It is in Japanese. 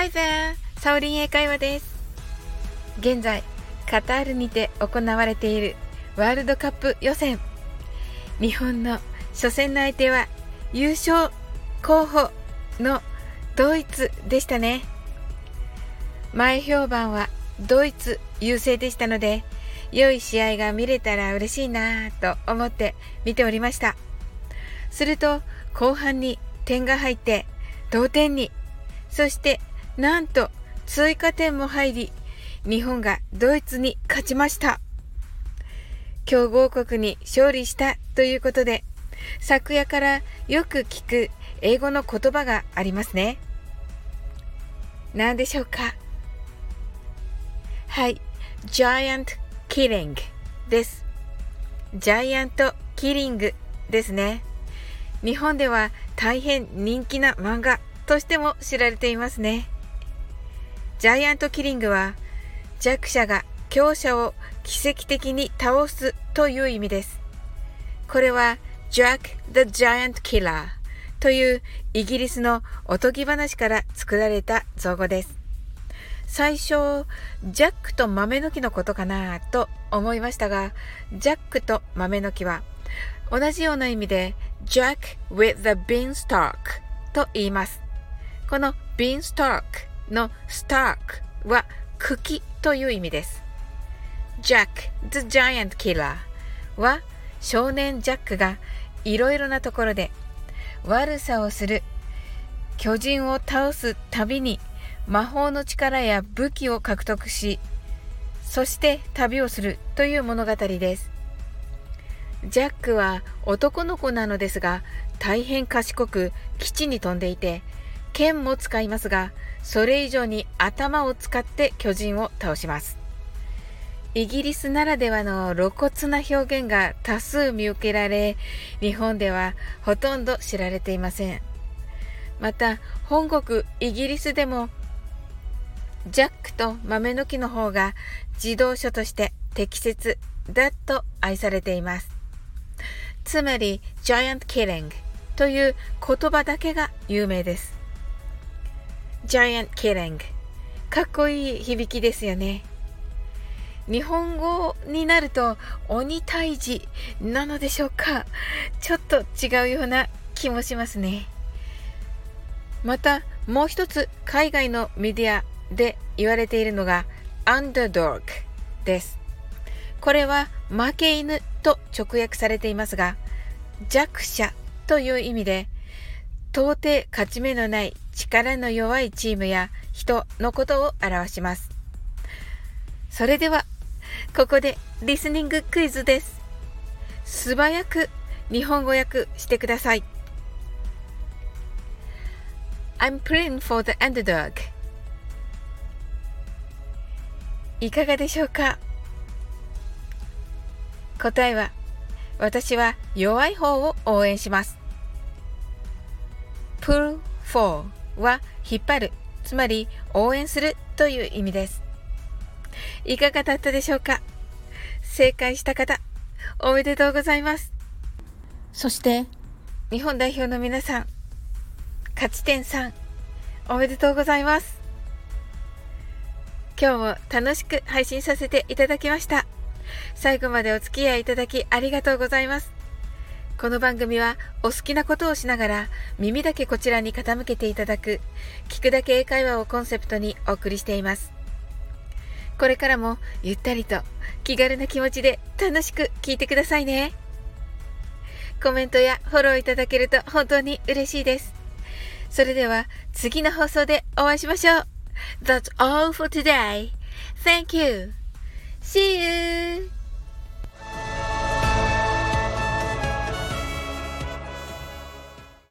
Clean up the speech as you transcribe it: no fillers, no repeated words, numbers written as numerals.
Hi there! サオリン英会話です。現在、カタールにて行われているワールドカップ予選。日本の初戦の相手は優勝候補のドイツでしたね。前評判はドイツ優勢でしたので、良い試合が見れたら嬉しいなぁと思って見ておりました。すると後半に点が入って同点に、そしてなんと追加点も入り、日本がドイツに勝ちました。強豪国に勝利したということで、昨夜からよく聞く英語の言葉がありますね。何でしょうか？はい、Giant Killing です。ジャイアントキリングですね。日本では大変人気な漫画としても知られていますね。ジャイアントキリングは弱者が強者を奇跡的に倒すという意味です。これは Jack the Giant Killer というイギリスのおとぎ話から作られた造語です。最初、ジャックと豆の木のことかなと思いましたが、ジャックと豆の木は同じような意味で Jack with the beanstalk と言います。この beanstalk の stalk は茎という意味です。Jack the Giant Killer は少年ジャックがいろいろなところで悪さをする、巨人を倒すたびに魔法の力や武器を獲得し、そして旅をするという物語です。ジャックは男の子なのですが、大変賢く基地に飛んでいて、剣も使いますが、それ以上に頭を使って巨人を倒します。イギリスならではの露骨な表現が多数見受けられ、日本ではほとんど知られていません。また、本国イギリスでも、ジャックと豆の木の方が児童書として適切だと愛されています。つまり、Giant Killing という言葉だけが有名です。Giant Killing。かっこいい響きですよね。日本語になると鬼退治なのでしょうか？ちょっと違うような気もしますね。また、もう一つ海外のメディアで言われているのがアンダードッグです。これは負け犬と直訳されていますが、弱者という意味で、到底勝ち目のない力の弱いチームや人のことを表します。それではここでリスニングクイズです。素早く日本語訳してください。I'm praying for the underdog。いかがでしょうか？答えは、私は弱い方を応援します。pull for は引っ張る、つまり応援するという意味です。いかがだったでしょうか？正解した方、おめでとうございます。そして、日本代表の皆さん、勝ち点3、おめでとうございます。今日も楽しく配信させていただきました。最後までお付き合いいただきありがとうございます。この番組はお好きなことをしながら耳だけこちらに傾けていただく聞くだけ英会話をコンセプトにお送りしています。これからもゆったりと気軽な気持ちで楽しく聞いてくださいね。コメントやフォローいただけると本当に嬉しいです。それでは次の放送でお会いしましょう。That's all for today. Thank you. See you.